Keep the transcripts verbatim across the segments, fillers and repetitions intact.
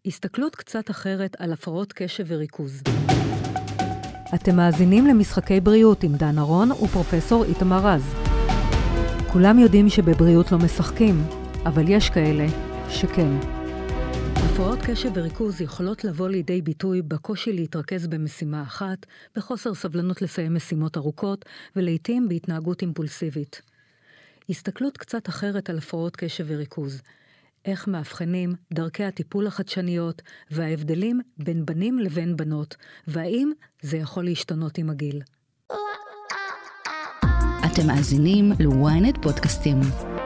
הסתכלות קצת אחרת על הפרעות קשב וריכוז. אתם מאזינים למשחקי בריאות עם דן ארון ופרופסור איתמר רז. כולם יודעים שבבריאות לא משחקים, אבל יש כאלה שכן. הפרעות קשב וריכוז יכולות לבוא לידי ביטוי בקושי להתרכז במשימה אחת, בחוסר סבלנות לסיים משימות ארוכות, ולעיתים בהתנהגות אימפולסיבית. הסתכלות קצת אחרת על הפרעות קשב וריכוז. איך מאבחנים דרכי הטיפול החדשניות וההבדלים בין בנים לבין בנות, והאם זה יכול להשתנות עם הגיל. אתם מאזינים ל-ynet פודקאסטים.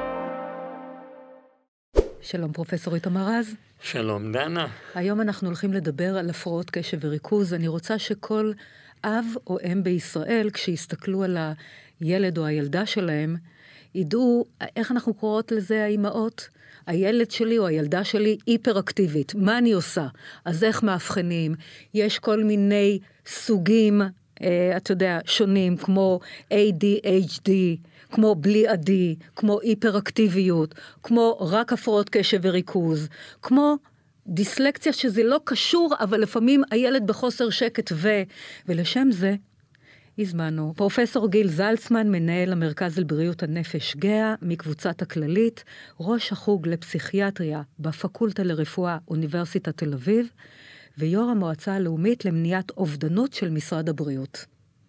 שלום פרופסור איתמר רז. שלום דנה. היום אנחנו הולכים לדבר על הפרעות קשב וריכוז. אני רוצה שכל אב או אם בישראל, כשיסתכלו על הילד או הילדה שלהם, ידעו איך אנחנו קוראות לזה האימהות. הילד שלי או הילדה שלי היפראקטיבית. מה אני עושה? אז איך מאבחנים? יש כל מיני סוגים, אה, אתה יודע, שונים, כמו איי די אייץ' די, כמו בלי עדי, כמו היפראקטיביות, כמו רק הפרעות קשב וריכוז, כמו דיסלקציה שזה לא קשור, אבל לפעמים הילד בחוסר שקט ו... ולשם זה הזמנו פרופסור גיל זלצמן, מנהל המרכז לבריאות הנפש גאה, מקבוצת הכללית, ראש החוג לפסיכיאטריה בפקולטה לרפואה אוניברסיטת תל אביב, ויו"ר המועצה הלאומית למניעת אובדנות של משרד הבריאות.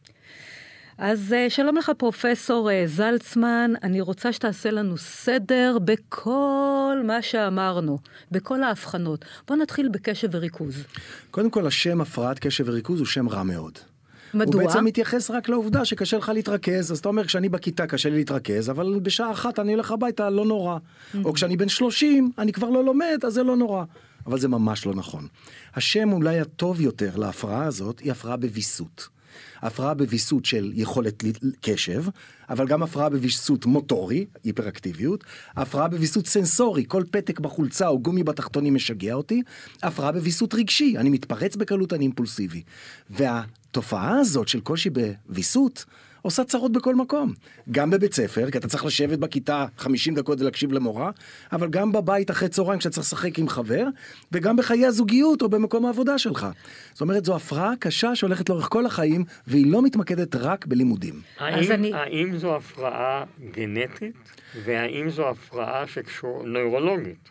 אז שלום לך פרופסור זלצמן, אני רוצה שתעשה לנו סדר בכל מה שאמרנו, בכל ההבחנות. בוא נתחיל בקשב וריכוז. קודם כל, השם הפרעת קשב וריכוז הוא שם רע מאוד. מדוע? הוא בעצם מתייחס רק לעובדה שקשה לך להתרכז, אז אתה אומר, כשאני בכיתה קשה לי להתרכז, אבל בשעה אחת אני הולך הביתה, לא נורא. Mm-hmm. או כשאני בן שלושים, אני כבר לא לומד, אז זה לא נורא. אבל זה ממש לא נכון. השם אולי הטוב יותר להפרעה הזאת, היא הפרעה בוויסות. הפרעה בוויסות של יכולת קשב, אבל גם הפרעה בוויסות מוטורי, היפראקטיביות, הפרעה בוויסות סנסורי, כל פתק בחולצה או גומי בתחתונים משגע אותי, הפרעה בוויסות רגשי, אני מתפרץ בקלות, אני אימפולסיבי. והתופעה הזאת של קושי בוויסות, עושה צרות בכל מקום. גם בבית ספר, כי אתה צריך לשבת בכיתה חמישים דקות ולהקשיב למורה, אבל גם בבית אחרי צהריים כשאתה צריך לשחק עם חבר, וגם בחיי הזוגיות או במקום העבודה שלך. זאת אומרת, זו הפרעה קשה שהולכת לאורך כל החיים, והיא לא מתמקדת רק בלימודים. האם, אני... האם זו הפרעה גנטית, והאם זו הפרעה שקשור נוירולוגית?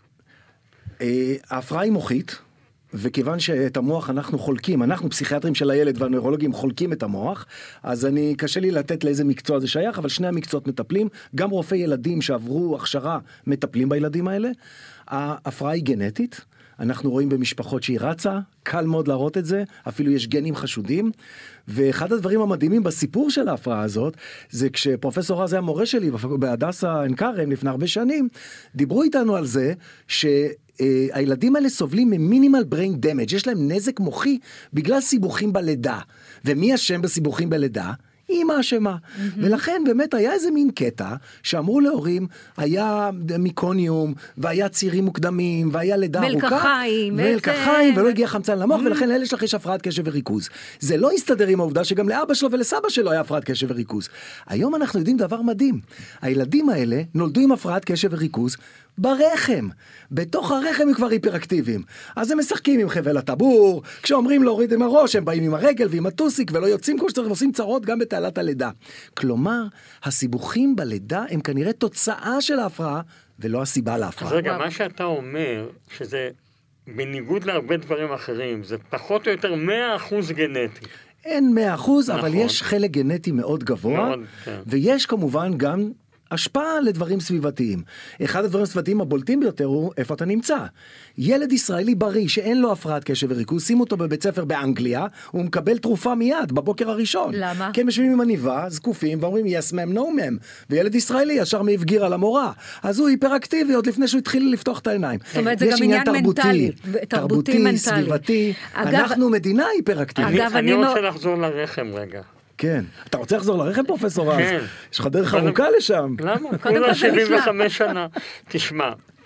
ההפרעה היא מוחית, וכיוון שאת המוח אנחנו חולקים, אנחנו פסיכיאטרים של הילד והנוירולוגים חולקים את המוח, אז אני, קשה לי לתת לאיזה מקצוע זה שייך, אבל שני המקצועות מטפלים, גם רופאי ילדים שעברו הכשרה מטפלים בילדים האלה. ההפרעה היא גנטית, אנחנו רואים במשפחות שהיא רצה, קל מאוד להראות את זה, אפילו יש גנים חשודים, ואחד הדברים המדהימים בסיפור של ההפרעה הזאת, זה כשפרופסור רז היה מורה שלי בהדסה עין כרם לפני הרבה שנים, דיברו איתנו על זה ש... הילדים האלה סובלים ממינימל בריין דמג', יש להם נזק מוחי בגלל סיבוכים בלידה. ומי אשם בסיבוכים בלידה? אמא אשמה. Mm-hmm. ולכן באמת היה איזה מין קטע שאמרו להורים, היה מיקוניום, והיה צירים מוקדמים, והיה לידה ארוכה. מלקחיים. מלקחיים, ולא הגיע חמצן למוח, mm-hmm. ולכן לאלה שלך יש הפרעת קשב וריכוז. זה לא הסתדר עם העובדה שגם לאבא שלו ולסבא שלו היה הפרעת קשב וריכוז. היום אנחנו יודעים דבר מדהים. הילדים האלה נולדו עם הפרעת קשב וריכוז, ברחם. בתוך הרחם הם כבר היפראקטיביים. אז הם משחקים עם חבל הטבור, כשאומרים להוריד עם הראש, הם באים עם הרגל ועם הטוסיק, ולא יוצאים כמו שצריך, ועושים צרות גם בתעלת הלידה. כלומר, הסיבוכים בלידה הם כנראה תוצאה של ההפרעה, ולא הסיבה להפרעה. אז רגע, מה שאתה אומר, שזה בניגוד להרבה דברים אחרים, זה פחות או יותר מאה אחוז גנטי. אין מאה אחוז, נכון. אבל יש חלק גנטי מאוד גבוה, מאוד, כן. ויש כמובן גם השפעה לדברים סביבתיים. אחד הדברים הסביבתיים הבולטים ביותר הוא איפה אתה נמצא. ילד ישראלי בריא שאין לו הפרעת קשב וריכוז, שים אותו בבית ספר באנגליה, הוא מקבל תרופה מיד בבוקר הראשון. למה? כי הם יושבים עם עניבה, זקופים, ואומרים yes ma'am, no ma'am. וילד ישראלי ישר מהפגיר על המורה. אז הוא היפראקטיבי עוד לפני שהוא התחיל לפתוח את העיניים. זאת אומרת, זה גם עניין מנטלי. תרבותי, מנטלי. סביבתי. אגב, אנחנו מדינה היפראקטיבית. אני, אני רוצה לחזור לרחם רגע. כן. אתה רוצה לחזור לרחם, פרופסור רז? כן. יש לך דרך ארוכה לשם. למה? כולה שבעים וחמש שנה. תשמע,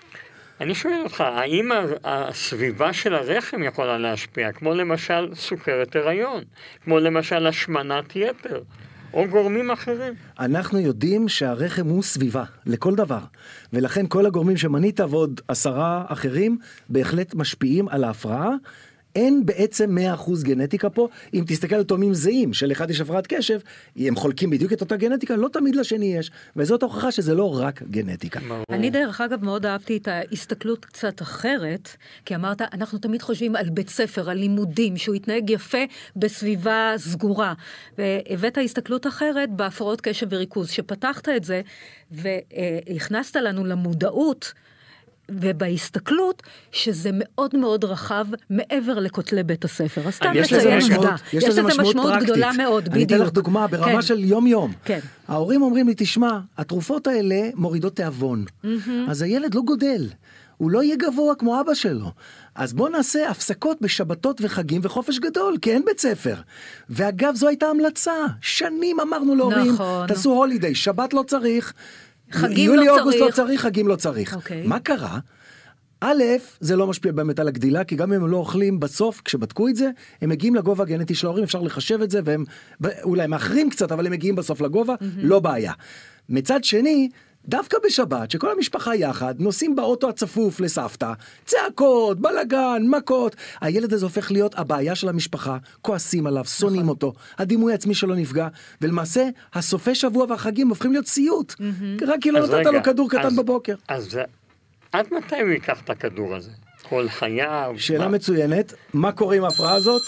אני שואל אותך, האם הסביבה של הרחם יכולה להשפיע? כמו למשל סוכרת הריון, כמו למשל השמנת יתר. או גורמים אחרים? אנחנו יודעים שהרחם הוא סביבה, לכל דבר. ולכן כל הגורמים שמנית ועוד עשרה אחרים, בהחלט משפיעים על ההפרעה. אין בעצם מאה אחוז גנטיקה פה. אם תסתכל על תאומים זהים, של יש הפרעת קשב, הם חולקים בדיוק את אותה גנטיקה, לא תמיד לשני יש. וזאת ההוכחה שזה לא רק גנטיקה. אני דרך אגב מאוד אהבתי את ההסתכלות קצת אחרת, כי אמרת, אנחנו תמיד חושבים על בית ספר, על לימודים, שהוא יתנהג יפה בסביבה סגורה. והבאת הסתכלות אחרת בהפרעות קשב וריכוז, שפתחת את זה, והכנסת לנו למודעות, ובהסתכלות שזה מאוד מאוד רחב מעבר לכותלי בית הספר. אז סתם לציין עובדה. יש לזה משמעות גדולה מאוד, בדיוק. אני אתן לך דוגמה ברמה של יום יום. ההורים אומרים לי, תשמע, התרופות האלה מורידות תיאבון. אז הילד לא גודל. הוא לא יהיה גבוה כמו אבא שלו. אז בוא נעשה הפסקות בשבתות וחגים וחופש גדול, כי אין בית ספר. ואגב, זו הייתה המלצה. שנים אמרנו להורים, תעשו הולידיי, שבת לא צריך, יולי אוגוסט לא צריך, חגים לא צריך. מה קרה? א', זה לא משפיע באמת על הגדילה, כי גם אם הם לא אוכלים בסוף, כשבדקו את זה, הם מגיעים לגובה הגנטי של ההורים, אפשר לחשב את זה, והם אולי מאחרים קצת, אבל הם מגיעים בסוף לגובה, לא בעיה. מצד שני, דווקא בשבת, שכל המשפחה יחד, נוסעים באוטו הצפוף לסבתא, צעקות, בלגן, מכות, הילד הזה הופך להיות הבעיה של המשפחה, כועסים עליו, שונאים אותו, הדימוי העצמי שלו נפגע, ולמעשה, הסופי שבוע והחגים הופכים להיות סיוט, רק כי לא נתת לו כדור קטן בבוקר. אז עד מתי הוא ייקח את הכדור הזה? כל חייו? שאלה מצוינת, מה קורה עם ההפרעה הזאת?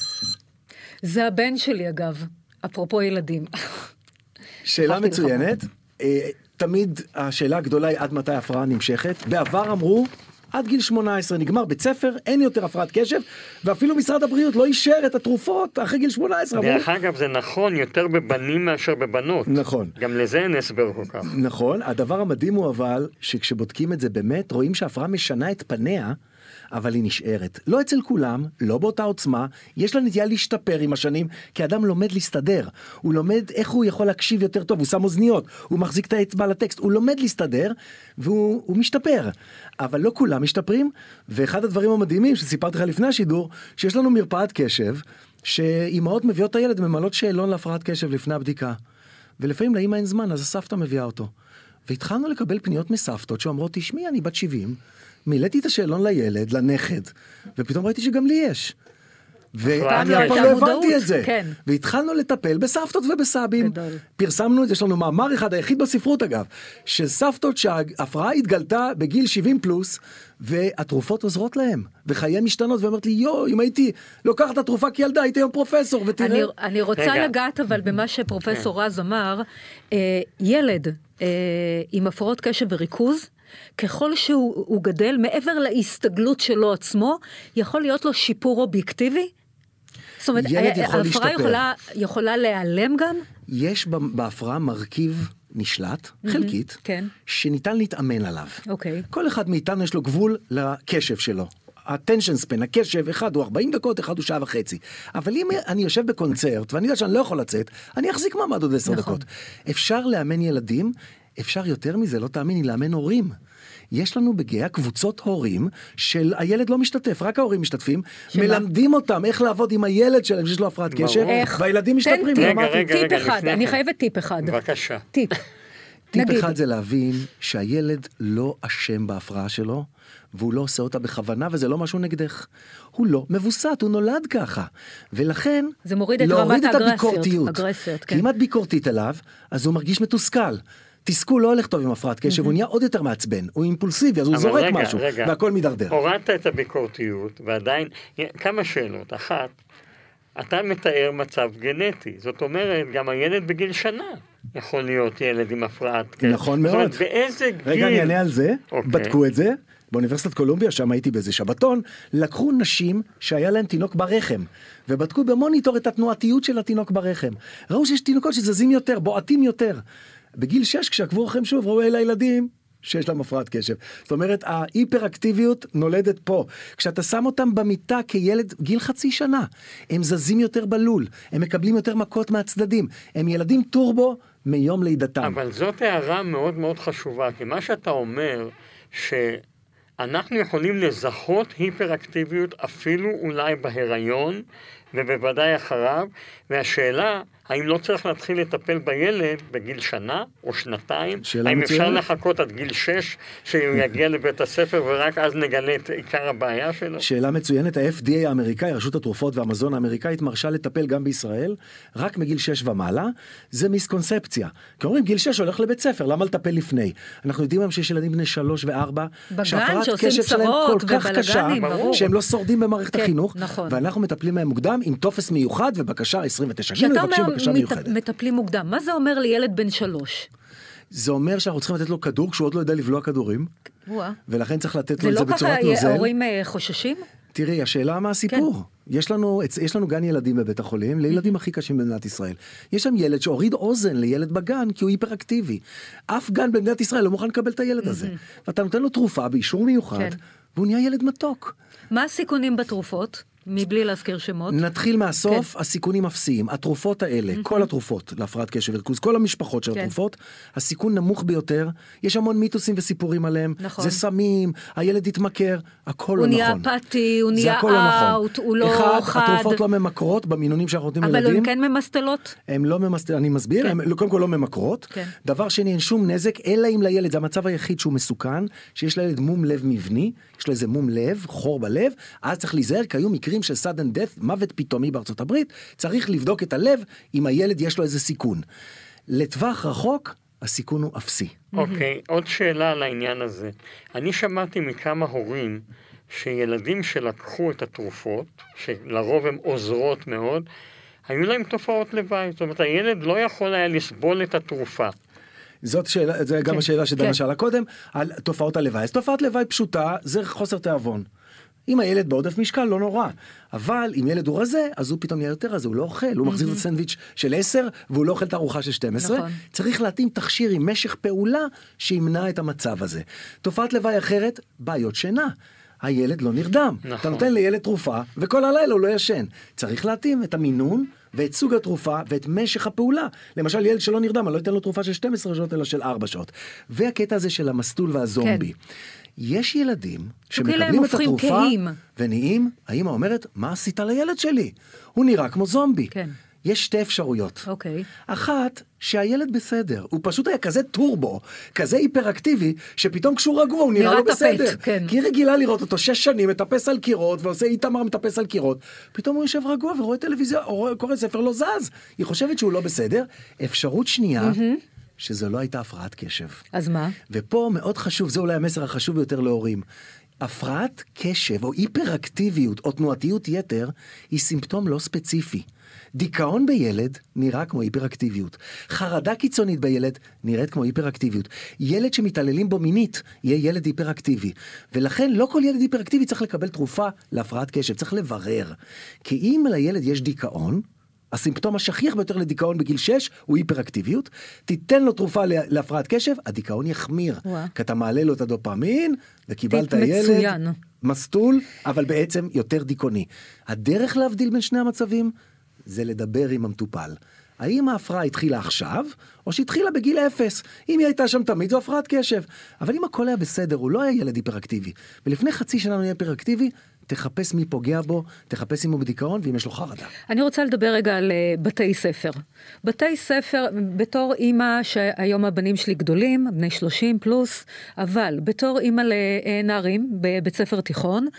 זה הבן שלי אגב, אפרופו ילדים. שאלה מצוינת. תמיד השאלה הגדולה היא עד מתי ההפרעה נמשכת. בעבר אמרו, עד גיל שמונה עשרה נגמר בית ספר, אין יותר הפרעת קשב, ואפילו משרד הבריאות לא אישר את התרופות אחרי גיל שמונה עשרה. דרך אגב, זה נכון יותר בבנים מאשר בבנות. נכון. גם לזה אין הסבר כל כך. נכון. הדבר המדהים הוא אבל, שכשבודקים את זה באמת, רואים שההפרעה משנה את פניה, אבל היא נשארת. לא אצל כולם, לא באותה עוצמה, יש לה נטייה להשתפר עם השנים, כי אדם לומד להסתדר. הוא לומד איך הוא יכול להקשיב יותר טוב, הוא שם אוזניות, הוא מחזיק את האצבע לטקסט, הוא לומד להסתדר, והוא הוא משתפר. אבל לא כולם משתפרים, ואחד הדברים המדהימים שסיפרתי לך לפני השידור, שיש לנו מרפאת קשב, שאימהות מביאות את הילד ממלאות שאלון להפרעת קשב לפני הבדיקה. ולפעמים לאמא אין זמן, אז הסבתא מביאה אותו. והתחלנו לקבל פניות מסבתות שאומרות, תשמעי, אני בת שבעים, מילאתי את השאלון לילד, לנכד, ופתאום ראיתי שגם לי יש. ואני אף פעם לא הבנתי את זה. כן. והתחלנו לטפל בסבתות ובסבים. גדול. פרסמנו את זה, יש לנו מאמר אחד, היחיד בספרות אגב, שסבתות שההפרעה התגלתה בגיל שבעים פלוס, והתרופות עוזרות להם, וחייהם משתנות, ואומרת לי, יו, אם הייתי לוקחת את התרופה כילדה, הייתי היום פרופסור, ותראה. אני, אני רוצה רגע. לגעת אבל במה שפרופסור רז אמר, אה, ילד אה, עם הפרעות קשב וריכוז, ככל שהוא גדל, מעבר להסתגלות שלו עצמו, יכול להיות לו שיפור אובייקטיבי? זאת אומרת, ההפרעה יכולה, יכולה להיעלם גם? יש בהפרעה מרכיב נשלט, mm-hmm, חלקית, כן. שניתן להתאמן עליו. Okay. כל אחד מאיתנו יש לו גבול לקשב שלו. ה-tension span, הקשב, אחד הוא ארבעים דקות, אחד הוא שעה וחצי. אבל אם אני יושב בקונצרט, ואני יודע שאני לא יכול לצאת, אני אחזיק מעמד עוד עשר נכון. דקות. אפשר לאמן ילדים, אפשר יותר מזה, לא תאמיני, לאמן הורים. יש לנו בגאה קבוצות הורים של הילד לא משתתף, רק ההורים משתתפים, שמה? מלמדים אותם איך לעבוד עם הילד שלהם שיש לו הפרעת קשב, והילדים משתפרים. רגע, רגע, טיפ רגע, אחד, אני חייבת טיפ אחד. בבקשה. טיפ. טיפ אחד זה להבין שהילד לא אשם בהפרעה שלו, והוא לא עושה אותה בכוונה, וזה לא משהו נגדך. הוא לא מבוסת, הוא נולד ככה. ולכן, זה מוריד את רמת האגרסיות. כי אם את ביקורתית אליו, אז הוא מרגיש מתוסכל. תסכול לא הולך טוב עם הפרעת קשב, הוא נהיה עוד יותר מעצבן, הוא אימפולסיבי, אז הוא זורק משהו, והכל מדרדר. הורדת את הביקורתיות, ועדיין, כמה שאלות. אחת, אתה מתאר מצב גנטי, זאת אומרת, גם הילד בגיל שנה יכול להיות ילד עם הפרעת קשב. נכון מאוד. זאת אומרת, באיזה גיל... רגע, אני אענה על זה, בדקו את זה, באוניברסיטת קולומביה, שם הייתי באיזה שבתון, לקחו נשים שהיה להם תינוק ברחם, ובדקו במוניטור את התנועתיות של התינוק ברחם. ראו שיש תינוקות שזזים יותר, בועטים יותר. בגיל שש, כשעקבו לכם שוב, ראו אלה ילדים שיש להם הפרעת קשב. זאת אומרת, ההיפראקטיביות נולדת פה. כשאתה שם אותם במיטה כילד גיל חצי שנה, הם זזים יותר בלול, הם מקבלים יותר מכות מהצדדים, הם ילדים טורבו מיום לידתם. אבל זאת הערה מאוד מאוד חשובה, כי מה שאתה אומר, שאנחנו יכולים לזהות היפראקטיביות אפילו אולי בהיריון, ובוודאי אחריו, והשאלה, האם לא צריך להתחיל לטפל בילד בגיל שנה או שנתיים? האם מצוינת? אפשר לחכות עד גיל שש שהוא יגיע לבית הספר ורק אז נגלה את עיקר הבעיה שלו? שאלה מצוינת. ה-אף די איי האמריקאי, רשות התרופות והמזון האמריקאית, מרשה לטפל גם בישראל, רק מגיל שש ומעלה. זה מיסקונספציה. כי אומרים, גיל שש הולך לבית ספר, למה לטפל לפני? אנחנו יודעים היום שיש ילדים בני שלוש וארבע, בגן שעושים צרות ובלגנים, ברור. שהם לא שורדים במערכת כן, החינוך, נכון. ואנחנו מטפלים מהם מוקדם עם טופס מיוחד ובקשה עשרים ותשע. שאתה אומר מטפלים מוקדם, מה זה אומר לילד בן שלוש? זה אומר שאנחנו צריכים לתת לו כדור כשהוא עוד לא יודע לבלוע כדורים, ולכן צריך לתת לו את זה בצורת נוזל. זה לא ככה ההורים חוששים? תראי, השאלה מה הסיפור. יש לנו, יש לנו גן ילדים בבית החולים, לילדים הכי קשים במדינת ישראל. יש שם ילד שהוריד אוזן לילד בגן, כי הוא היפראקטיבי. אף גן במדינת ישראל לא מוכן לקבל את הילד הזה. ואתה נותן לו תרופה באישור מיוחד, והוא נהיה ילד מתוק. מה הסיכונים בתרופות? מבלי להזכיר שמות. נתחיל מהסוף, כן. הסיכונים אפסיים. התרופות האלה, mm-hmm. כל התרופות להפרעת קשב וריכוז, כל המשפחות של כן. התרופות, הסיכון נמוך ביותר. יש המון מיתוסים וסיפורים עליהם. נכון. זה סמים, הילד יתמכר, הכל לא נכון. הוא נהיה אפתי, הוא נהיה אאוט, הוא לא אחד, חד. התרופות לא ממכרות במינונים שאנחנו נותנים לילדים. אבל הן כן ממסטלות? הן לא ממסטלות, אני מסביר, כן. הן קודם כל לא ממכרות. כן. דבר שני, אין שום נזק, אלא אם לילד, זה המצב היחיד שהוא מסוכן, שיש לילד מום לב מבני, יש לו איזה מום לב, חור בלב, אז צריך להיזהר, כי היו מקרים של sudden death, מוות פתאומי בארצות הברית, צריך לבדוק את הלב, אם הילד יש לו איזה סיכון. לטווח רחוק, הסיכון הוא אפסי. אוקיי, עוד שאלה על העניין הזה. אני שמעתי מכמה הורים, שילדים שלקחו את התרופות, שלרוב הן עוזרות מאוד, היו להם תופעות לוואי. זאת אומרת, הילד לא יכול היה לסבול את התרופה. זאת שאלה, זה גם השאלה שדנה שאלה קודם, על תופעות הלוואי. אז תופעת לוואי פשוטה, זה חוסר תיאבון. אם הילד בעודף משקל, לא נורא. אבל אם ילד הוא רזה, אז הוא פתאום יהיה יותר רזה, הוא לא אוכל, הוא מחזיר את הסנדוויץ' של עשר, והוא לא אוכל את הארוחה של שתים עשרה. נכון. צריך להתאים תכשיר עם משך פעולה, שימנע את המצב הזה. תופעת לוואי אחרת, בעיות שינה. הילד לא נרדם. נכון. אתה נותן לילד תרופה, וכל הלילה הוא לא ישן. צריך להתאים את המינון, ואת סוג התרופה, ואת משך הפעולה. למשל, ילד שלא נרדם, אני לא אתן לו תרופה של שתים עשרה שעות, אלא של ארבע שעות. והקטע הזה של המסטול והזומבי. כן. יש ילדים שמקבלים את התרופה, קהים. ונהיים, האמא אומרת, מה עשית לילד שלי? הוא נראה כמו זומבי. כן. יש שתי אפשרויות. אוקיי. אחת, שהילד בסדר. הוא פשוט היה כזה טורבו, כזה היפראקטיבי, שפתאום כשהוא רגוע, הוא נראה לו בסדר. כן. כי היא רגילה לראות אותו שש שנים, מטפס על קירות, ועושה איתמר מטפס על קירות. פתאום הוא יושב רגוע ורואה טלוויזיה, או קורא ספר, לא זז. היא חושבת שהוא לא בסדר. אפשרות שנייה, mm-hmm. שזו לא הייתה הפרעת קשב. אז מה? ופה מאוד חשוב, זה אולי המסר החשוב ביותר להורים. הפרעת קשב או היפראקטיביות או תנועתיות יתר היא סימפטום לא ספציפי. דיכאון בילד נראה כמו היפראקטיביות. חרדה קיצונית בילד נראית כמו היפראקטיביות. ילד שמתעללים בו מינית יהיה ילד היפראקטיבי. ולכן לא כל ילד היפראקטיבי צריך לקבל תרופה להפרעת קשב, צריך לברר. כי אם לילד יש דיכאון, הסימפטום השכיח ביותר לדיכאון בגיל שש הוא היפראקטיביות, תיתן לו תרופה להפרעת קשב, הדיכאון יחמיר. כי אתה מעלה לו את הדופמין, וקיבלת ילד מצוין. מסטול, אבל בעצם יותר דיכאוני. הדרך להבדיל בין שני המצבים, זה לדבר עם המטופל. האם ההפרעה התחילה עכשיו, או שהתחילה בגיל אפס? אם היא הייתה שם תמיד, זו הפרעת קשב. אבל אם הכל היה בסדר, הוא לא היה ילד היפראקטיבי. ולפני חצי שנה הוא היה היפראקטיבי, תחפש מי פוגע בו, תחפש אם הוא בדיכאון, ואם יש לו חרדה. אני רוצה לדבר רגע על בתי ספר. בתי ספר, בתור אימא שהיום הבנים שלי גדולים, בני שלושים פלוס, אבל בתור אימא לנערים בבית ספר תיכון,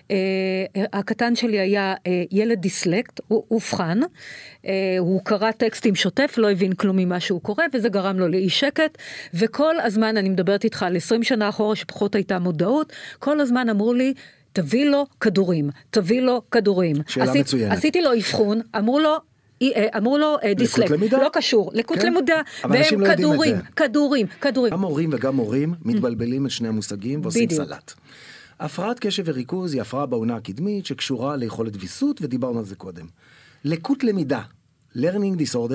הקטן שלי היה ילד דיסלקט, הוא אובחן, הוא קרא טקסטים שוטף, לא הבין כלום ממה שהוא קורא, וזה גרם לו לאי שקט, וכל הזמן, אני מדברת איתך על עשרים שנה אחורה שפחות הייתה מודעות, כל הזמן אמרו לי, תביא לו כדורים, תביא לו כדורים. שאלה עשית, מצוינת. עשיתי לו אבחון, אמרו לו, אמרו לו דיסלקט, לא קשור, לקות כן? למידה, והם לא כדורים, כדורים, כדורים. גם הורים וגם הורים מתבלבלים את שני המושגים ועושים בדיוק. סלט. הפרעת קשב וריכוז היא הפרעה בעונה הקדמית שקשורה ליכולת ויסות, ודיברנו על זה קודם. לקות למידה, learning disorders,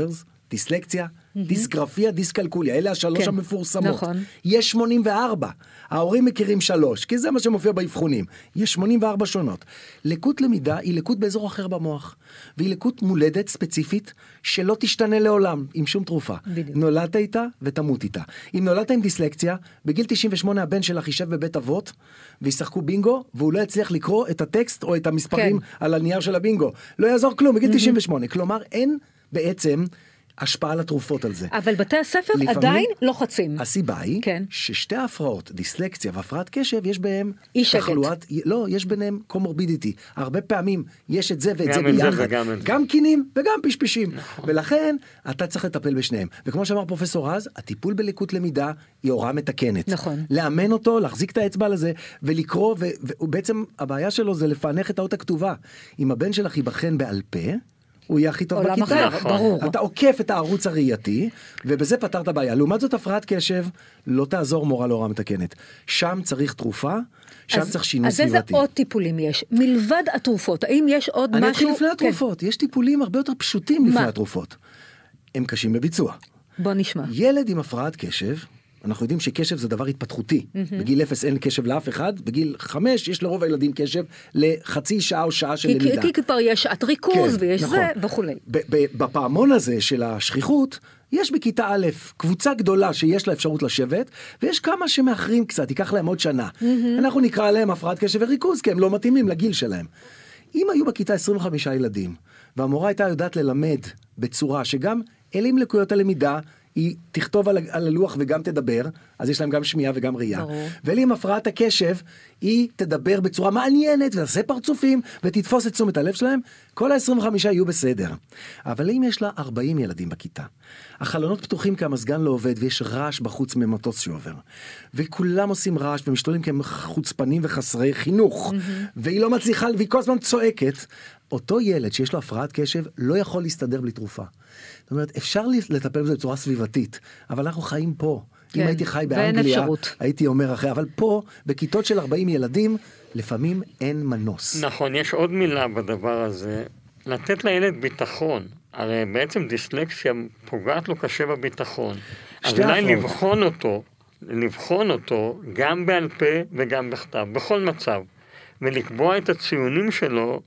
דיסלקציה, דיסגרפיה, דיסקלקוליה, אלה השלוש כן, המפורסמות. נכון. יש שמונים וארבע, ההורים מכירים שלוש, כי זה מה שמופיע באבחונים. יש שמונים וארבע שונות. לקות למידה היא לקות באזור אחר במוח, והיא לקות מולדת ספציפית, שלא תשתנה לעולם, עם שום תרופה. בדיוק. נולדת איתה ותמות איתה. אם נולדת עם דיסלקציה, בגיל תשעים ושמונה הבן שלך יישב בבית אבות, וישחקו בינגו, והוא לא יצליח לקרוא את הטקסט או את המספרים כן. על הנייר של הבינגו. לא יעזור כלום, בגיל תשעים ושמונה. כלומר, אין בעצם השפעה על התרופות על זה. אבל בתי הספר לפעמים, עדיין לוחצים. הסיבה היא, כן. ששתי ההפרעות, דיסלקציה והפרעת קשב, יש בהם אי שקט. תחלואת, לא, יש ביניהם קומורבידיטי. הרבה פעמים יש את זה ואת זה גם את זה ביחד. וגם את זה. גם קינים וגם פשפשים. ולכן, אתה צריך לטפל בשניהם. וכמו שאמר פרופסור רז, הטיפול בלקות למידה היא הוראה מתקנת. נכון. לאמן אותו, להחזיק את האצבע לזה, ולקרוא, ו- ובעצם הבעיה שלו זה לפענח את האות הכתובה. אם הבן שלך ייבחן בעל פה, הוא יהיה הכי טוב עולם בכיתה. אחר, ברור. אתה עוקף את הערוץ הראייתי, ובזה פתרת בעיה. לעומת זאת, הפרעת קשב לא תעזור מורה להוראה מתקנת. שם צריך תרופה, שם אז, צריך שינוי אז סביבתי. אז איזה עוד טיפולים יש? מלבד התרופות, האם יש עוד אני משהו? אתחיל לפני התרופות. יש טיפולים הרבה יותר פשוטים לפני מה? התרופות. הם קשים בביצוע. בוא נשמע. ילד עם הפרעת קשב, אנחנו יודעים שקשב זה דבר התפתחותי. בגיל אפס אין קשב לאף אחד, בגיל חמש יש לרוב הילדים קשב לחצי שעה או שעה של כי, למידה. כי, כי כבר יש שעת ריכוז כן, ויש נכון. זה וכולי. ב- ב- בפעמון הזה של השכיחות, יש בכיתה א' קבוצה גדולה שיש לה אפשרות לשבת, ויש כמה שמאחרים קצת, ייקח להם עוד שנה. אנחנו נקרא להם הפרעת קשב וריכוז, כי הם לא מתאימים לגיל שלהם. אם היו בכיתה עשרים וחמישה ילדים, והמורה הייתה יודעת ללמד בצורה שגם אלה עם לקויות הלמידה, היא תכתוב על, על הלוח וגם תדבר, אז יש להם גם שמיעה וגם ראייה. ברור. ואלה עם הפרעת הקשב, היא תדבר בצורה מעניינת, ותעשה פרצופים, ותתפוס את תשומת הלב שלהם, כל ה-עשרים וחמישה יהיו בסדר. אבל אם יש לה ארבעים ילדים בכיתה, החלונות פתוחים כי המזגן לא עובד, ויש רעש בחוץ ממטוס שעובר, וכולם עושים רעש, ומשתוללים כי הם חוצפנים וחסרי חינוך, והיא לא מצליחה, והיא כל הזמן צועקת, אותו ילד שיש לו הפרעת קשב, לא יכול להסתדר בלי תרופה. זאת אומרת, אפשר לטפל בזה בצורה סביבתית, אבל אנחנו חיים פה. כן, אם הייתי חי ואין באנגליה, אפשרות. הייתי אומר אחרי, אבל פה, בכיתות של ארבעים ילדים, לפעמים אין מנוס. נכון, יש עוד מילה בדבר הזה, לתת לילד ביטחון. הרי בעצם דיסלקסיה פוגעת לו קשה בביטחון. אז שתי אולי הפרעות. לבחון אותו, לבחון אותו גם בעל פה וגם בכתב, בכל מצב, ולקבוע את הציונים שלו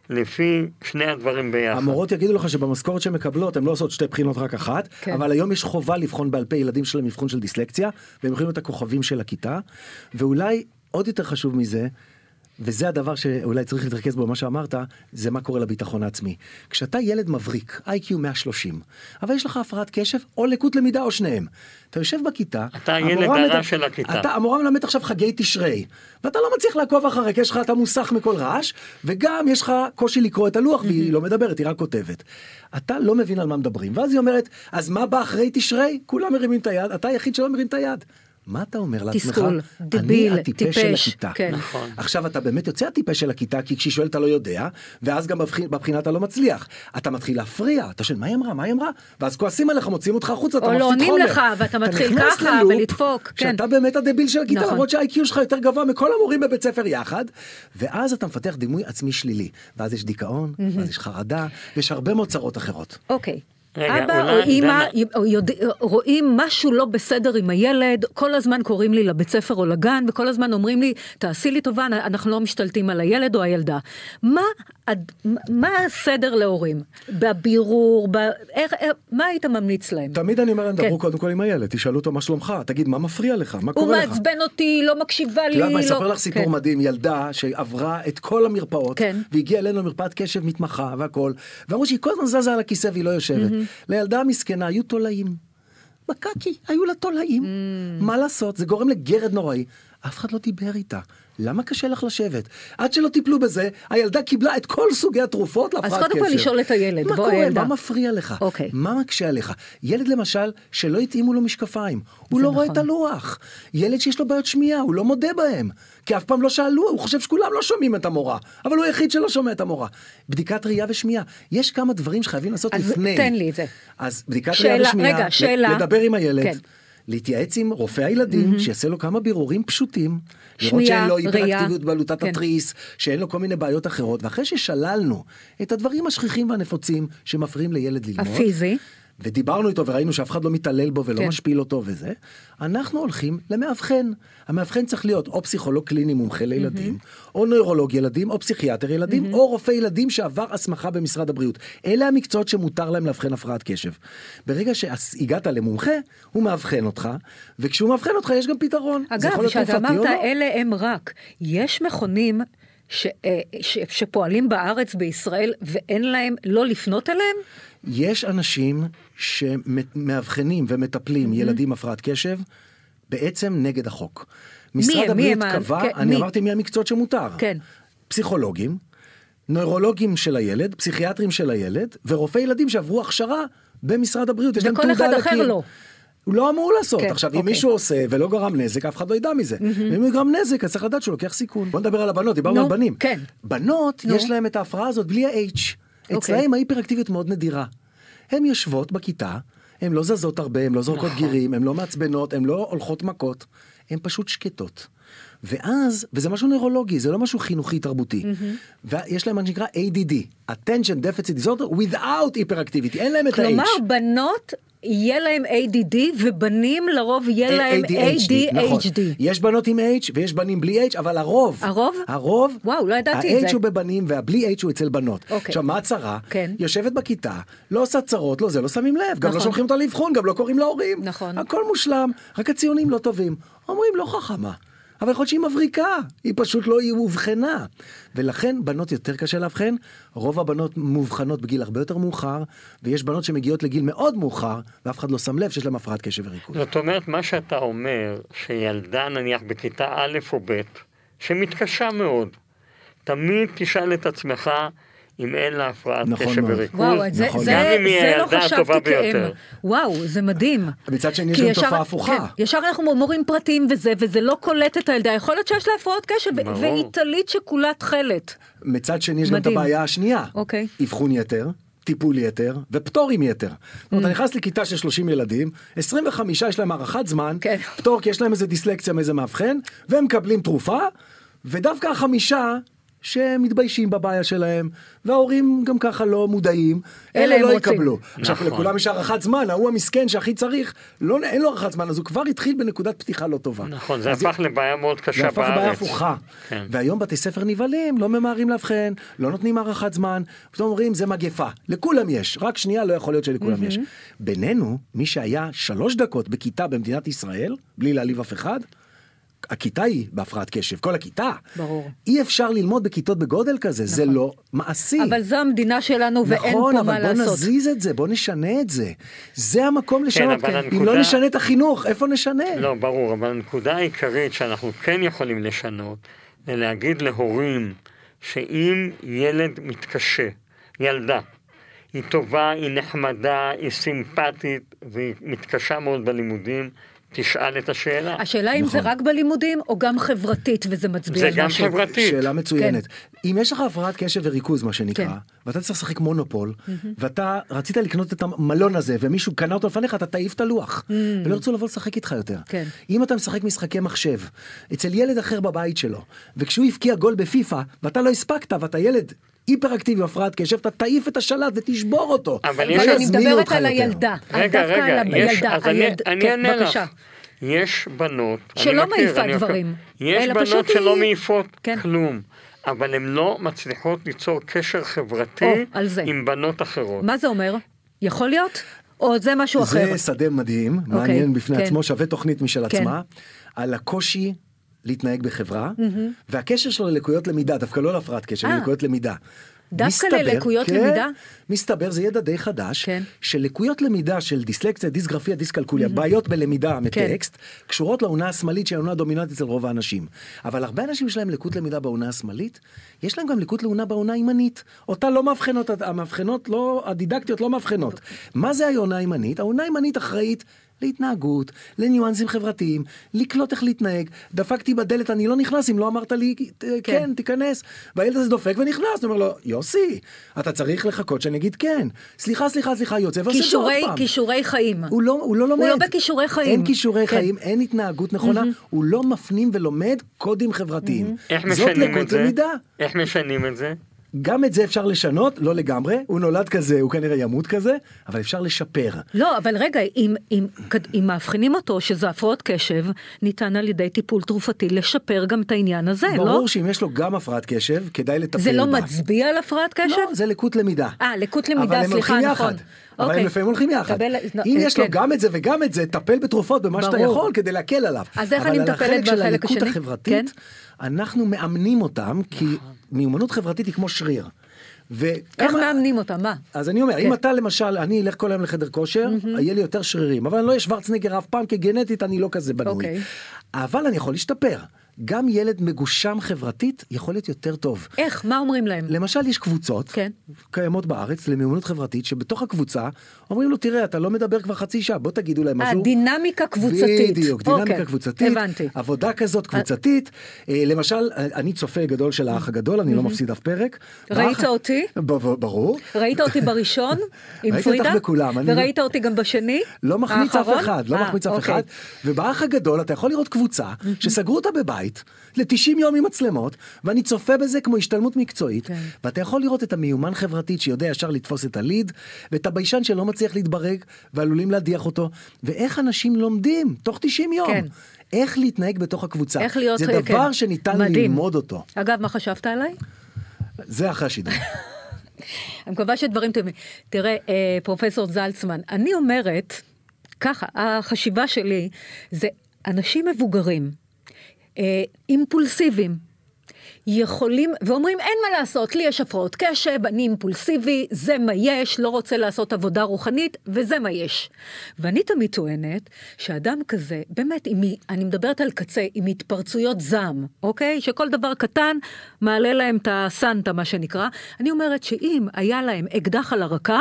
לפי שני הדברים ביחד. המורות יגידו לך שבמשכורת שהן מקבלות, הן לא עושות שתי בחינות רק אחת, כן. אבל היום יש חובה לבחון בעל פה ילדים שלהם מבחון של דיסלקציה, והם יכולים את הכוכבים של הכיתה, ואולי עוד יותר חשוב מזה, וזה הדבר שאולי צריך להתרכז בו, מה שאמרת, זה מה קורה לביטחון העצמי. כשאתה ילד מבריק, איי קיו מאה ושלושים, אבל יש לך הפרעת קשב או לקות למידה או שניהם. אתה יושב בכיתה, אתה הילד המורה הרע מד- של הכיתה. אתה, המורה מלמד עכשיו חגי תשרי, ואתה לא מצליח לעקוב אחרי, כי יש לך, אתה מוסך מכל רעש, וגם יש לך קושי לקרוא את הלוח, והיא לא מדברת, היא רק כותבת. אתה לא מבין על מה מדברים, ואז היא אומרת, אז מה בא אחרי תשרי? כולם מרימים את היד, אתה היחיד שלא מרים את היד. מה אתה אומר לעצמך? תסכול, דביל, אני הטיפש של טיפש, הכיתה. כן. נכון. עכשיו אתה באמת יוצא הטיפש של הכיתה, כי כשהיא שואלת אתה לא יודע, ואז גם בבחין, בבחינה אתה לא מצליח. אתה מתחיל להפריע, אתה שואל מה היא אמרה, מה היא אמרה? ואז כועסים עליך, מוציאים אותך החוצה, אתה או מפסיד לא חומר. עונים לך, ואתה מתחיל נכנס ככה, ללופ ולדפוק, כן. שאתה באמת הדביל של הכיתה, נכון. למרות שה-איי קיו שלך יותר גבוה מכל המורים בבית ספר יחד, ואז אתה מפתח דימוי עצמי שלילי. ואז יש דיכאון, ואז יש חרדה, ויש הרבה מאוד צרות אחרות. אוקיי. רגע, אבא אולי, או אמא דנה- יודע, רואים משהו לא בסדר עם הילד, כל הזמן קוראים לי לבית ספר או לגן, וכל הזמן אומרים לי, תעשי לי טובה, אנחנו לא משתלטים על הילד או הילדה. מה, עד- מה הסדר להורים? בבירור, ב, איך, איך, מה היית ממליץ להם? תמיד אני אומר להם, כן. דברו קודם כל עם הילד, תשאלו אותו מה שלומך, תגיד מה מפריע לך, מה הוא קורה לך. מעצבן אותי, לא מקשיבה אתה לי. יודע מה, אני לא... אספר לך סיפור כן. מדהים, ילדה שעברה את כל המרפאות, כן. והגיעה אלינו למרפאת קשב מתמחה והכל, ואמרו שהיא כל הזמן זזה על הכיסא והיא לא יושבת. לילדה המסכנה היו תולעים. בקקי, היו לה תולעים. מה לעשות? זה גורם לגרד נוראי. אף אחד לא דיבר איתה. למה קשה לך לשבת? עד שלא טיפלו בזה, הילדה קיבלה את כל סוגי התרופות להפרעת אז קשב. קודם כל לשאול את הילד, מה בוא, קורה? ילדה. מה מפריע לך? אוקיי. מה מקשה עליך? ילד למשל שלא התאימו לו משקפיים, הוא לא רואה נכון. את הלוח. ילד שיש לו בעיות שמיעה, הוא לא מודה בהם. כי אף פעם לא שאלו, הוא חושב שכולם לא שומעים את המורה, אבל הוא היחיד שלא שומע את המורה. בדיקת ראייה ושמיעה. יש כמה דברים שחייבים לעשות אז לפני. תן לי את זה. אז בדיקת שאלה- ראייה ושמיעה, רגע, שאלה. לדבר עם הילד. כן. להתייעץ עם רופא הילדים, שיעשה לו כמה בירורים פשוטים, לראות שמיעה, שאין לו ראייה. היפראקטיביות בעלותת כן. התריס, שאין לו כל מיני בעיות אחרות, ואחרי ששללנו את הדברים השכיחים והנפוצים שמפריעים לילד ללמוד, הפיזי. ודיברנו איתו וראינו שאף אחד לא מתעלל בו ולא כן. משפיל אותו וזה, אנחנו הולכים למאבחן. המאבחן צריך להיות או פסיכולוג קליני מומחה לילדים, או נוירולוג ילדים, או פסיכיאטר ילדים, או רופא ילדים שעבר הסמכה במשרד הבריאות. אלה המקצועות שמותר להם לאבחן הפרעת קשב. ברגע שהגעת למומחה, הוא מאבחן אותך, וכשהוא מאבחן אותך יש גם פתרון. אגב, שאתה אמרת, אלה הם רק. יש מכונים ש, ש, שפועלים בארץ, בישראל, ואין להם לא לפנות אליהם? יש אנשים שמאבחנים ומטפלים ילדים הפרעת קשב, בעצם נגד החוק. משרד הבריאות קבע, אני אמרתי מי המקצועות שמותר. כן. פסיכולוגים, נוירולוגים של הילד, פסיכיאטרים של הילד, ורופאי ילדים שעברו הכשרה במשרד הבריאות. וכל אחד אחר לא. הוא לא אמור לעשות. כן, עכשיו, אוקיי. אם מישהו עושה ולא גרם נזק, אף אחד לא ידע מזה. Mm-hmm. ואם הוא גרם נזק, אז צריך לדעת שהוא לוקח סיכון. בוא נדבר על הבנות, דיברנו על בנים. כן. בנות, נו. יש להם את ההפרעה הזאת בלי ה-H. אוקיי. אצלהם ההיפראקטיביות מאוד נדירה. הן יושבות בכיתה, הן לא זזות הרבה, הן לא זורקות נכון. גירים, הן לא מעצבנות, הן לא הולכות מכות, הן פשוט שקטות. ואז, וזה משהו נוירולוגי, זה לא משהו חינוכי תרבותי. Mm-hmm. ויש להם מה שנקרא A D D, Attention Deficit Disorder without Hyperactivity, אין להם את ה-H. כלומר, בנות יהיה להם A D D, ובנים לרוב יהיה להם A D H D. יש בנות עם H ויש בנים בלי H, אבל הרוב, הרוב? הרוב, וואו, לא ידעתי את זה. ה-H הוא בבנים והבלי H הוא אצל בנות. אוקיי. עכשיו, מה הצרה? כן. יושבת בכיתה, לא עושה צרות, לא זה, לא שמים לב, גם לא נכון. שולחים אותה לאבחון, גם לא קוראים להורים. נכון. הכל מושלם, רק הציונים לא טובים. אומרים, לא חכמה. אבל יכול להיות שהיא מבריקה, היא פשוט לא היא מובחנה. ולכן בנות יותר קשה להבחן, רוב הבנות מובחנות בגיל הרבה יותר מאוחר, ויש בנות שמגיעות לגיל מאוד מאוחר, ואף אחד לא שם לב שיש להם הפרעת קשב וריכוז. זאת אומרת, מה שאתה אומר, שילדה נניח בכיתה א' או ב', שמתקשה מאוד, תמיד תשאל את עצמך, אם אין לה הפרעת נכון קשב מאוד. וריכוז, וואו, זה, נכון. זה, גם אם היא זה לא הילדה הטובה חשבתי כאם. ביותר. וואו, זה מדהים. מצד שני יש כי גם ישר- תופעה הפוכה. כן, ישר אנחנו מורים פרטיים וזה, וזה לא קולט את הילדה. יכול להיות שיש לה הפרעות קשב, ו- ברור. והיא טלית שכולה תכלת. מצד שני יש גם את מדהים. הבעיה השנייה. אוקיי. אבחון יתר, טיפול יתר ופטור עם יתר. זאת אומרת, אתה נכנס לכיתה של שלושים ילדים, עשרים וחמישה יש להם הערכת זמן, כן. פטור כי יש להם איזה דיסלקציה מאיזה מאבחן, והם מקבלים תרופה, ודווקא החמישה שמתביישים בבעיה שלהם, וההורים גם ככה לא מודעים, אלה הם לא רוצים. יקבלו. עכשיו, נכון. לכולם יש הערכת זמן, ההוא המסכן שהכי צריך, לא, אין לו הערכת זמן, אז הוא כבר התחיל בנקודת פתיחה לא טובה. נכון, זה אז הפך לבעיה מאוד זה קשה הפך לבעיה בארץ. הפוכה. כן. והיום בתי ספר נבהלים, לא ממהרים להבחן, לא נותנים הערכת זמן, פתאום אומרים זה מגפה, לכולם יש, רק שנייה לא יכול להיות שלכולם יש. בינינו, מי שהיה שלוש דקות בכיתה במדינת ישראל, בלי להעליב אף אחד, הכיתה היא בהפרעת קשב, כל הכיתה. ברור. אי אפשר ללמוד בכיתות בגודל כזה, זה לא מעשי. אבל זו המדינה שלנו ואין נכון, פה מה אבל בוא לעשות. נזיז את זה, בוא נשנה את זה. זה המקום לשנות. אבל אם הנקודה- לא נשנה את החינוך, איפה נשנה? לא, ברור, אבל הנקודה העיקרית שאנחנו כן יכולים לשנות, זה להגיד להורים שאם ילד מתקשה, ילדה, היא טובה, היא נחמדה, היא סימפטית, והיא מתקשה מאוד בלימודים, תשאל את השאלה. השאלה אם זה רק בלימודים או גם חברתית, וזה מצביע זה על גם משהו. חברתית. שאלה מצוינת. אם יש לך הפרעת קשב וריכוז, מה שנקרא, כן. ואתה צריך לשחק מונופול, ואתה רצית לקנות את המלון הזה, ומישהו קנה אותו לפניך, אתה תעיף את הלוח. ולא רצו לבוא לשחק איתך יותר. כן. אם אתה משחק משחקי מחשב, אצל ילד אחר בבית שלו, וכשהוא יפקיע גול בפיפה, ואתה לא הספקת, ואתה ילד היפראקטיבי, הפרעת קשב, אתה תעיף את השלט ותשבור אותו. אבל אבל יש- אני יזמינו מדברת אותך על יותר. הילדה. רגע, דווקא רגע, על יש, הילדה. אז אני, הילד- אני כן, אענה לך. בבקשה. יש בנות, שלא אני מכיר, מעיפה אני מכיר- דברים, יש אלא בנות פשוט שלא היא- מעיפות כן. כלום, אבל הן לא מצליחות ליצור קשר חברתי או, על זה. עם בנות אחרות. מה זה אומר? יכול להיות? או זה משהו אחר? זה שדה מדהים, מעניין בפני כן. עצמו, שווה תוכנית משל כן. עצמה, על הקושי להתנהג בחברה, והקשר שלו ללקויות למידה, דווקא לא להפרעת קשב, אה. ללקויות למידה. דווקא מסתבר- ללקויות כן, למידה? מסתבר, זה ידע די חדש, כן. שלקויות למידה של דיסלקציה, דיסגרפיה, דיסקלקוליה, בעיות בלמידה מטקסט, קשורות לאונה השמאלית שהיא האונה הדומיננטית אצל רוב האנשים. אבל הרבה אנשים יש להם לקות למידה באונה השמאלית, יש להם גם לקות לאונה באונה הימנית. אותה לא מאבחנות, המאבחנות לא, הדידקטיות לא מאבחנות. מה זה האונה הימנית? האונה הימנית אחראית להתנהגות, לניואנסים חברתיים, לקלוט איך להתנהג. דפקתי בדלת, אני לא נכנס, אם לא אמרת לי, כן, תיכנס. והילד הזה דופק ונכנס, אני אומר לו, יוסי, אתה צריך לחכות שאני אגיד כן. סליחה, סליחה, סליחה, יוצא ועושה את זה עוד כישורי, פעם. כישורי חיים. הוא לא, הוא לא לומד. הוא לא בכישורי חיים. אין כישורי כן. חיים, אין התנהגות נכונה, הוא לא מפנים ולומד קודים חברתיים. איך זאת משנים לקות את זה? למידה. איך משנים את זה? גם את זה אפשר לשנות, לא לגמרי, הוא נולד כזה, הוא כנראה ימות כזה, אבל אפשר לשפר. לא, אבל רגע, אם, אם, אם מאבחנים אותו שזה הפרעות קשב, ניתן על ידי טיפול תרופתי לשפר גם את העניין הזה, ברור לא? ברור שאם יש לו גם הפרעת קשב, כדאי לטפל בה. זה לא מצביע על הפרעת קשב? לא, זה לקות למידה. אה, לקות למידה, סליחה, נכון. אבל הם לפעמים הולכים יחד. קבל... אם יש לו כן. גם את זה וגם את זה, טפל בתרופות במה שאתה יכול כדי להקל עליו. אז איך אני מטפלת בחלק השני? אבל על החלק של הלקות החברתית, אנחנו מאמנים אותם, כי מיומנות חברתית היא כמו שריר. איך מאמנים אותם? מה? אז אני אומר, אם אתה למשל, אני אלך כל היום לחדר כושר, יהיה לי יותר שרירים, אבל אני לא יש שוורצנגר אף פעם, כי גנטית אני לא כזה בנוי. אבל אני יכול להשתפר. גם ילד מגושם חברתית יכול להיות יותר טוב. איך? מה אומרים להם? למשל יש קבוצות, כן. קיימות בארץ, למיומנות חברתית, שבתוך הקבוצה אומרים לו, תראה, אתה לא מדבר כבר חצי שעה, בוא תגידו להם משהו. דינמיקה קבוצתית. בדיוק, דינמיקה אוקיי. קבוצתית. הבנתי. עבודה כזאת קבוצתית. למשל, אני צופה גדול של האח הגדול, אני לא מפסיד אף פרק. ראית אותי? ברור. ראית אותי בראשון עם פרידה? ראיתי אותך בכולם. וראית אותי גם בשני? לא מחמיץ אף אחד, לא מחמיץ אף אחד. ובאח הגדול אתה יכול לראות קבוצה שסגרו אותה בבית ל-תשעים יום עם מצלמות, ואני צופה בזה כמו השתלמות מקצועית, ואתה יכול לראות את המיומן חברתית שיודע ישר לתפוס את הליד, ואת הביישן שלא מצליח להתברג, ועלולים להדיח אותו, ואיך אנשים לומדים תוך תשעים יום. איך להתנהג בתוך הקבוצה. זה דבר שניתן ללמוד אותו. אגב, מה חשבת עליי? זה אחרי השידור. אני מקווה שדברים טובים. תראה, פרופסור זלצמן, אני אומרת, ככה, החשיבה שלי, זה אנשים מבוגרים, אימפולסיביים, יכולים, ואומרים, אין מה לעשות, לי יש הפרעות קשב, אני אימפולסיבי, זה מה יש, לא רוצה לעשות עבודה רוחנית, וזה מה יש. ואני תמיד טוענת, שאדם כזה, באמת, אם, אני מדברת על קצה, עם התפרצויות זעם, אוקיי? שכל דבר קטן, מעלה להם את הסנטה, מה שנקרא. אני אומרת שאם היה להם אקדח על הרקה,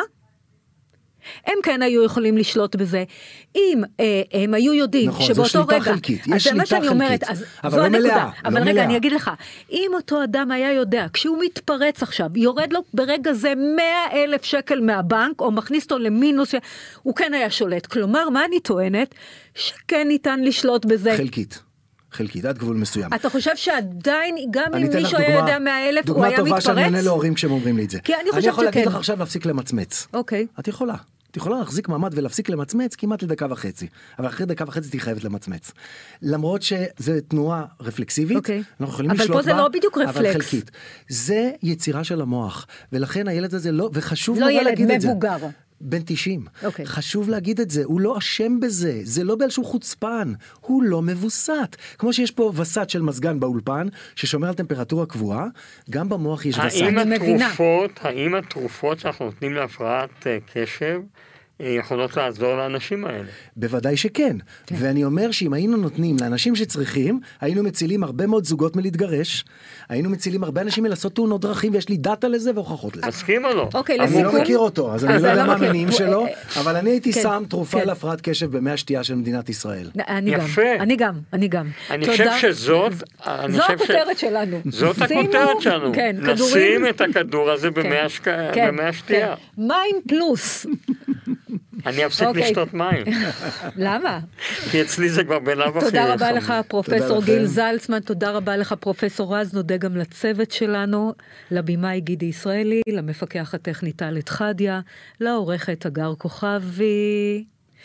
הם כן היו יכולים לשלוט בזה. אם אה, הם היו יודעים נכון, שבאותו רגע... נכון, זו שליטה חלקית, יש שליטה חלקית. אומרת, אז אבל לא מלאה. אבל לא רגע, מלאה. אני אגיד לך, אם אותו אדם היה יודע, כשהוא מתפרץ עכשיו, יורד לו ברגע זה מאה אלף שקל מהבנק, או מכניס אותו למינוס, הוא כן היה שולט. כלומר, מה אני טוענת? שכן ניתן לשלוט בזה. חלקית. חלקית, עד גבול מסוים. אתה חושב שעדיין, גם אם מישהו היה יודע מאה אלף, הוא היה מתפרץ? דוגמה טובה שאני עונה להורים כשהם אומרים לי את זה. כי אני חושבת אני יכול שכן. להגיד לך עכשיו להפסיק למצמץ. אוקיי. את יכולה. את יכולה להחזיק מעמד ולהפסיק למצמץ כמעט לדקה וחצי. אבל אחרי דקה וחצי תהיה חייבת למצמץ. למרות שזו תנועה רפלקסיבית, אוקיי. אנחנו יכולים אבל לשלוט פה זה בה, לא בדיוק רפלקס. אבל חלקית. זה יצירה של המוח. ולכן הילד הזה לא, וחשוב לא נורא להגיד את זה. ילד מבוגר. בן תשעים. Okay. חשוב להגיד את זה, הוא לא אשם בזה, זה לא בגלל שהוא חוצפן, הוא לא מבוסת. כמו שיש פה וסת של מזגן באולפן, ששומר על טמפרטורה קבועה, גם במוח יש וסת. האם התרופות, האם התרופות שאנחנו נותנים להפרעת קשב, יכולות לעזור לאנשים האלה? בוודאי שכן. כן. ואני אומר שאם היינו נותנים לאנשים שצריכים, היינו מצילים הרבה מאוד זוגות מלהתגרש, היינו מצילים הרבה אנשים מלעשות תאונות דרכים, ויש לי דאטה לזה והוכחות לזה. מסכים או לא? אוקיי, אני לא מכיר אותו, אז אני לא יודע מה המניעים שלו, הוא... אבל אני הייתי כן, שם תרופה כן. להפרעת קשב במי השתייה של מדינת ישראל. אני יפה. גם, אני גם, אני גם. אני חושב שזאת... זו הכותרת שלנו. זאת הכותרת שלנו. כן, נשים את הכדור הזה במי השתייה. מים פלוס. אני אפסיק לשתות מים. למה? כי אצלי זה כבר בלב אחר. תודה רבה לך פרופסור גיל זלצמן, תודה רבה לך פרופסור רז, נודה גם לצוות שלנו, לבימאי גידי ישראלי, למפקח הטכני טל חדיה, לעורכת אגר כוכבי,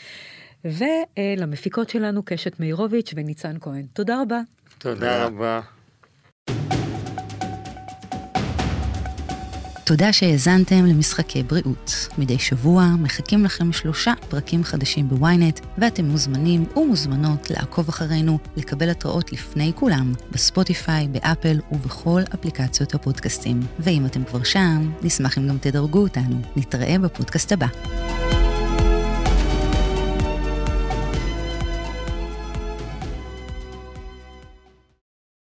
ולמפיקות שלנו קשת מאירוביץ' וניצן כהן. תודה רבה. תודה רבה. תודה שהאזנתם למשחקי בריאות. מדי שבוע מחכים לכם שלושה פרקים חדשים בוויינט, ואתם מוזמנים ומוזמנות לעקוב אחרינו, לקבל התראות לפני כולם, בספוטיפיי, באפל ובכל אפליקציות הפודקאסטים. ואם אתם כבר שם, נשמח אם גם תדרגו אותנו. נתראה בפודקאסט הבא.